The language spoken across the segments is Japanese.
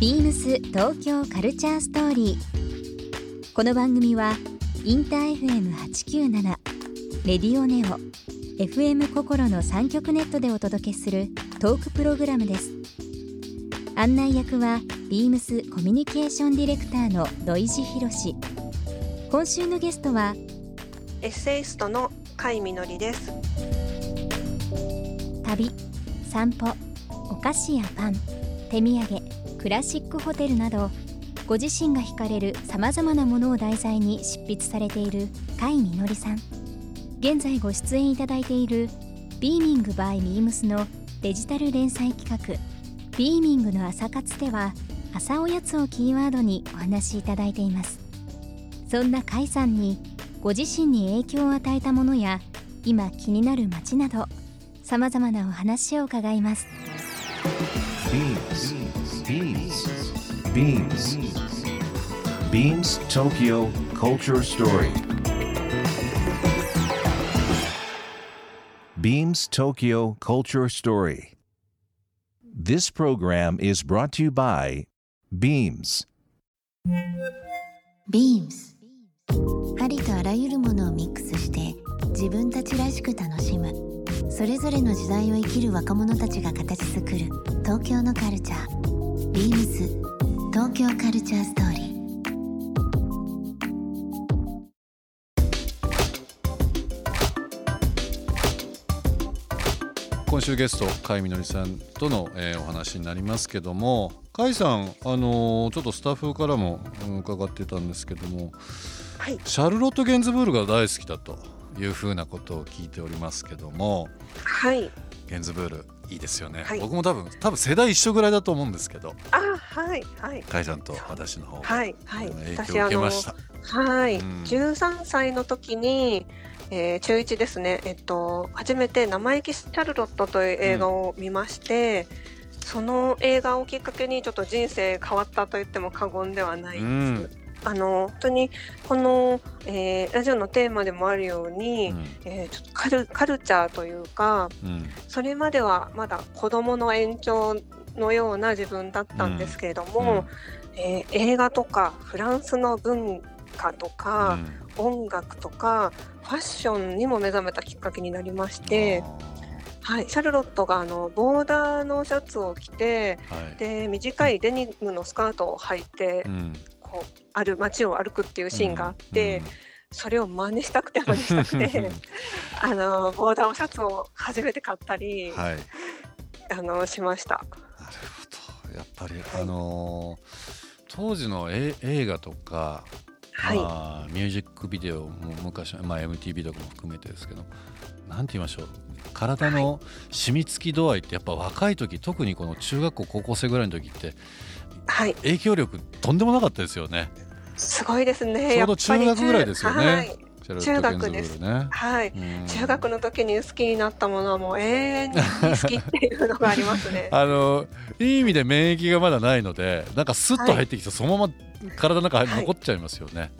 ビームス東京カルチャーストーリー。この番組はインター FM897 レディオネオ FM 心の3極ネットでお届けするトークプログラムです。案内役はビームスコミュニケーションディレクターの土井博志。今週のゲストはエッセイストの甲斐みのりです。 旅、散歩、お菓子やパン、手土産、クラシックホテルなど、ご自身が惹かれるさまざまなものを題材に執筆されている甲斐みのりさん。現在ご出演いただいているビーミングバイビームスのデジタル連載企画ビーミングの朝活では、朝おやつをキーワードにお話しいただいています。そんな甲斐さんにご自身に影響を与えたものや今気になる街など、さまざまなお話を伺います。 Beams Tokyo Culture Story. Beams Tokyo Culture Story. This program is brought to you by Beams. Beams ありとあらゆるものをミックスして自分たちらしく楽しむ、それぞれの時代を生きる若者たちが形作る東京のカルチャー。ビームス東京カルチャーストーリー。 今週ゲスト甲斐みのりさんとの、お話になりますけども、甲斐さん、ちょっとスタッフからも、伺ってたんですけども、 はい、 シャルロット・ゲンズブールが大好きだというふうなことを聞いておりますけども、 はい、 ゲンズブールいいですよね、 はい、 僕も多分世代一緒ぐらいだと思うんですけど、 はいはい、 甲斐さんと私の方が、 はいはい、 影響を受けました。 はい、13歳の時に、中1ですね、初めて生意気シャルロットという映画を見まして、その映画をきっかけにちょっと人生変わったと言っても過言ではないです。本当にこの、ラジオのテーマでもあるように、ちょっとカルチャーというか、それまではまだ子供の延長のような自分だったんですけれども、映画とかフランスの文化とか、音楽とかファッションにも目覚めたきっかけになりまして、はい、シャルロットがボーダーのシャツを着て、で短いデニムのスカートを履いて、こうある街を歩くっていうシーンがあって、それを真似したくてボーダーのシャツを初めて買ったり、しました。 なるほど。やっぱり、当時の映画とか、ミュージックビデオも昔、MTV とかも含めてですけど、なんて言いましょう、体の染み付き度合いってやっぱ若い時、特にこの中学校高校生ぐらいの時って、影響力とんでもなかったですよね。 すごいですね。 ちょうど中学ぐらいですよね。 中学です、中学の時に好きになったものはもう永遠に好きっていうのがありますね。 いい意味で免疫がまだないので、なんかスッと入ってきて、そのまま体の中に残っちゃいますよね。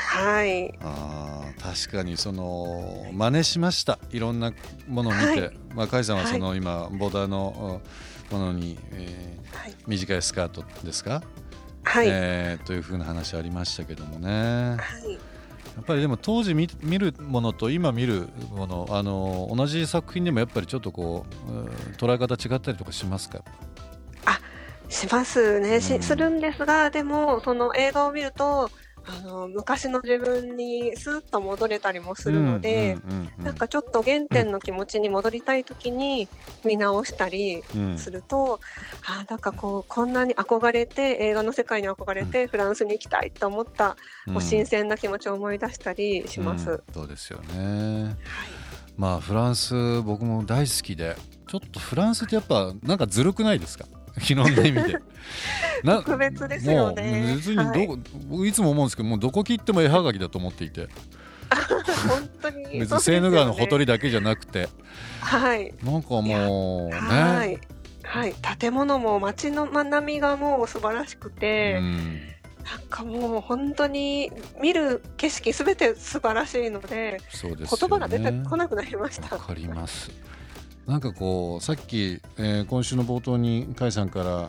確かに真似しました。いろんなものを見て、甲斐さんは今ボーダーのものに、短いスカートですか、というふうな話ありましたけどもね。やっぱりでも当時見るものと今見るもの、同じ作品でもやっぱりちょっとこう、捉え方違ったりとかしますか？ しますね、するんですが、でもその映画を見ると昔の自分にスーッと戻れたりもするので、なんかちょっと原点の気持ちに戻りたい時に見直したりすると、なんかこんなに憧れて、映画の世界に憧れてフランスに行きたいと思った、新鮮な気持ちを思い出したりします。 そうですよね。フランス僕も大好きで、ちょっとフランスってやっぱなんかずるくないですか？いろんな意味で特別ですよね。 もう別にいつも思うんですけど、もうどこ切っても絵はがきだと思っていて本当に別にセーヌ川のほとりだけじゃなくて、なんかもうね、 建物も街の並みがもう素晴らしくて、なんかもう本当に見る景色すべて素晴らしいので、言葉が出てこなくなりました。 わかります。 なんかこうさっき、今週の冒頭に甲斐さんから、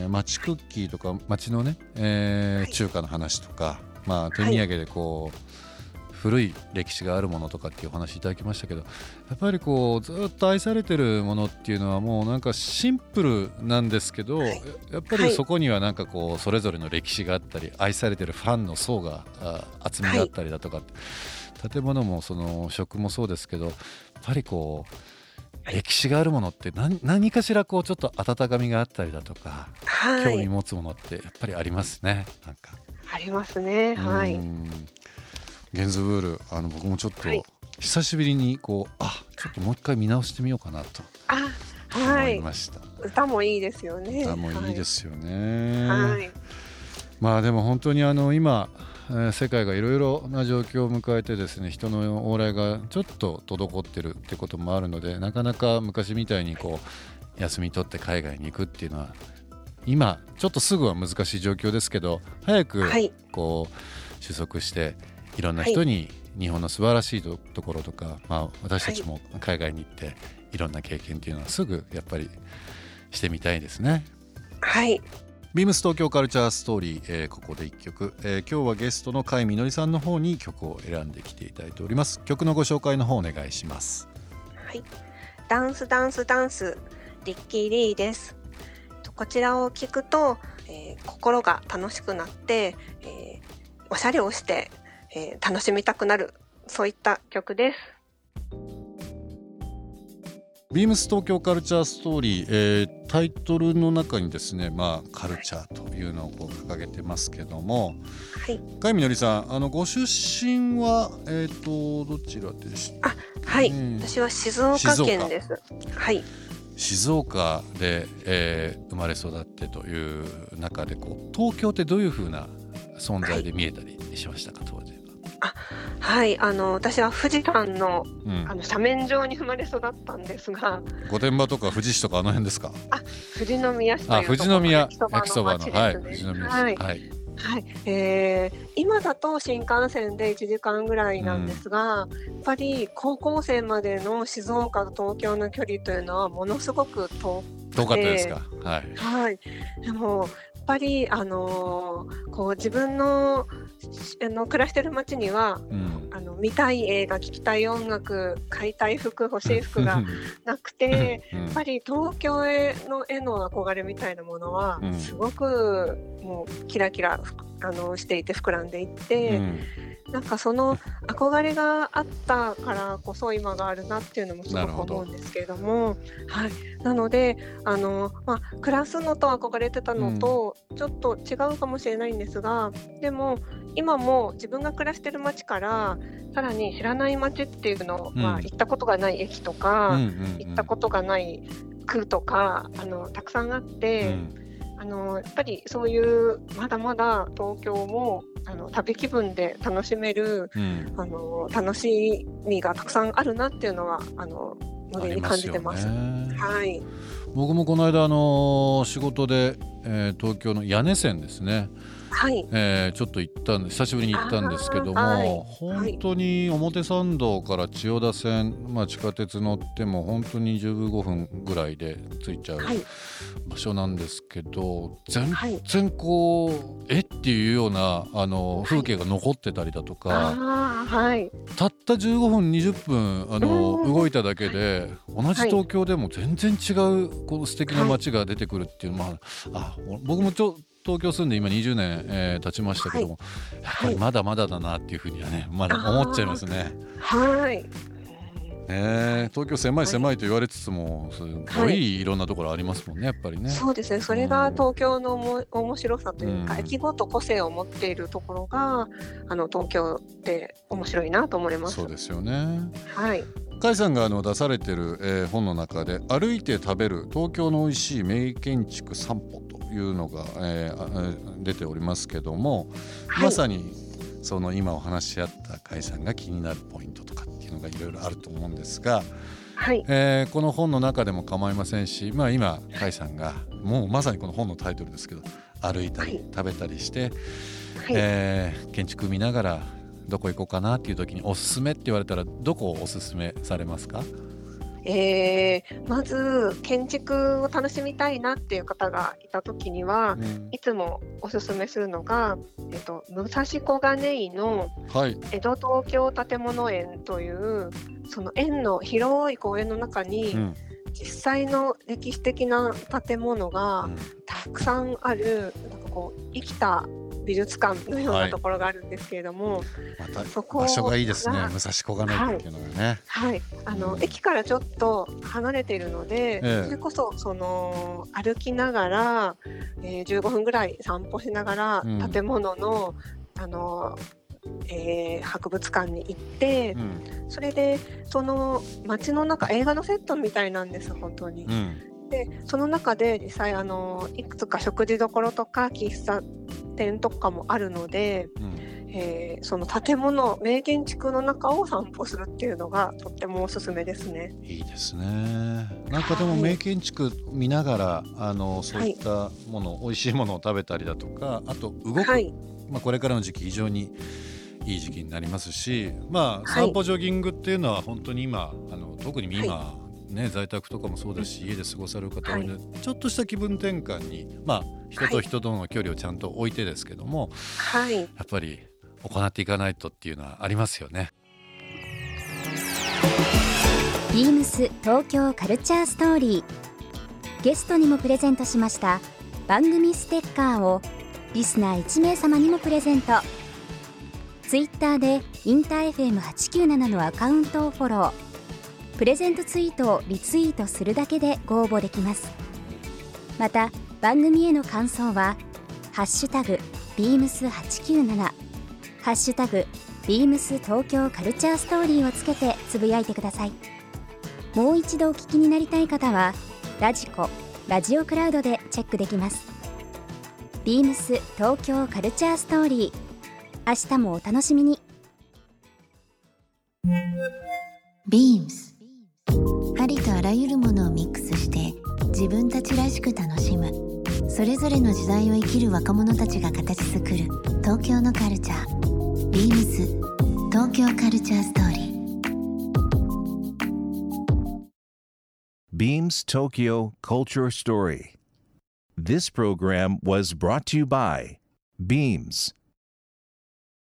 町クッキーとか町のね、中華の話とか、手土産でこう、古い歴史があるものとかっていうお話いただきましたけど、やっぱりこうずっと愛されてるものっていうのはもうなんかシンプルなんですけど、やっぱりそこにはなんかこうそれぞれの歴史があったり、愛されてるファンの層が厚みがあったりだとか、建物もその食もそうですけど、やっぱりこう歴史があるものって何かしらこうちょっと温かみがあったりだとか、興味持つものってやっぱりありますね。なんかありますね。はい。 ゲンズブール、僕もちょっと久しぶりにこうちょっともう一回見直してみようかなと思いました。 歌もいいですよね。 歌もいいですよね。でも本当に今世界がいろいろな状況を迎えてですね、人の往来がちょっと滞ってるってこともあるので、なかなか昔みたいにこう休み取って海外に行くっていうのは今ちょっとすぐは難しい状況ですけど、早くこう収束していろんな人に日本の素晴らしいところとか、私たちも海外に行っていろんな経験っていうのはすぐやっぱりしてみたいですね。 はい。 ビームス東京カルチャーストーリー、ここで1曲、今日はゲストの甲斐みのりさんの方に曲を選んできていただいております。曲のご紹介の方お願いします。 はい、ダンスダンスダンスリッキー・リーです。こちらを聴くと、心が楽しくなって、おしゃれをして、楽しみたくなる、そういった曲です。 ビームス東京カルチャーストーリー、タイトルの中にですね、カルチャーというのをこう掲げてますけども、甲斐みのりさん、ご出身は、どちらでした？ 私は静岡県です。 静岡で、生まれ育ってという中でこう東京ってどういう風な存在で見えたりしましたか、当時は。私は富士山の、斜面上に生まれ育ったんですが、 御殿場とか富士市とかあの辺ですか？ 富士宮市というところ、 富士宮焼きそばの、 富士宮市、今だと新幹線で1時間ぐらいなんですが、やっぱり高校生までの静岡と東京の距離というのはものすごく遠かったですか？ でもやっぱりこう自分の暮らしてる街には、見たい映画、聴きたい音楽、買いたい服、欲しい服がなくて、やっぱり東京への憧れみたいなものは、すごくもうキラキラしていて膨らんでいって、なんかその憧れがあったからこそ今があるなっていうのもすごく思うんですけれども、なので暮らすのと憧れてたのとちょっと違うかもしれないんですが、でも今も自分が暮らしてる街からさらに知らない街っていうのは、行ったことがない駅とか、行ったことがない区とかたくさんあって、やっぱりそういうまだまだ東京も旅気分で楽しめる、楽しみがたくさんあるなっていうのは胸に感じてます。 僕もこの間仕事で、東京の屋根線ですね、ちょっと久しぶりに行ったんですけども、本当に表参道から千代田線、地下鉄乗っても本当に15分ぐらいで着いちゃう場所なんですけど、全然こうっていうような風景が残ってたりだとか、たった15分20分動いただけで同じ東京でも全然違うこう素敵な街が出てくるっていう、僕も東京住んで今20年、経ちましたけども、やっぱりまだまだだなっていうふうにはね、まだ思っちゃいますね。東京狭い狭いと言われつつもすごいいろんなところありますもんね、やっぱりね。 そうですね、それが東京の面白さというか、駅ごと個性を持っているところが東京って面白いなと思います。 そうですよね。甲斐さんが出されている、本の中で歩いて食べる東京の美味しい名建築散歩というのが、出ておりますけども、まさにその今お話し合った甲斐さんが気になるポイントとかっていうのがいろいろあると思うんですが、この本の中でも構いませんし、今甲斐さんがもうまさにこの本のタイトルですけど、歩いたり食べたりして、建築見ながらどこ行こうかなっていう時におすすめって言われたらどこをおすすめされますか？ まず建築を楽しみたいなっていう方がいた時には、いつもおすすめするのが、武蔵小金井の江戸東京建物園という、その園の広い公園の中に、実際の歴史的な建物がたくさんある、なんかこう生きた美術館のようなところがあるんですけれども、 また場所がいいですね、武蔵小金井っていうのがね。 駅からちょっと離れているので、それこそその歩きながら、15分ぐらい散歩しながら、建物の博物館に行って、それでその街の中、映画のセットみたいなんです本当に。でその中で実際いくつか食事どころとか喫茶店とかもあるので、その建物、名建築の中を散歩するっていうのがとってもおすすめですね。 いいですね。なんかでも名建築見ながらそういったもの、美味しいものを食べたりだとか、あと動く、これからの時期非常にいい時期になりますし、散歩ジョギングっていうのは本当に今特に今、在宅とかもそうですし、家で過ごされる方多いので、ちょっとした気分転換に、人と人との距離をちゃんと置いてですけども、やっぱり行っていかないとっていうのはありますよね。 ビームス東京カルチャーストーリー、ゲストにもプレゼントしました番組ステッカーをリスナー1名様にもプレゼント。ツイッターでインター FM897 のアカウントをフォロー、プレゼントツイートをリツイートするだけでご応募できます。また番組への感想はハッシュタグビームス897、ハッシュタグビームス東京カルチャーストーリーをつけてつぶやいてください。もう一度お聞きになりたい方はラジコ、ラジオクラウドでチェックできます。ビームス東京カルチャーストーリー、明日もお楽しみに。 ビームス、ありとあらゆるものをミックスして自分たちらしく楽しむ、それぞれの時代を生きる若者たちが形作る東京のカルチャー。ビームス東京カルチャーストーリー。 Beams Tokyo Culture Story. This program was brought to you by Beams.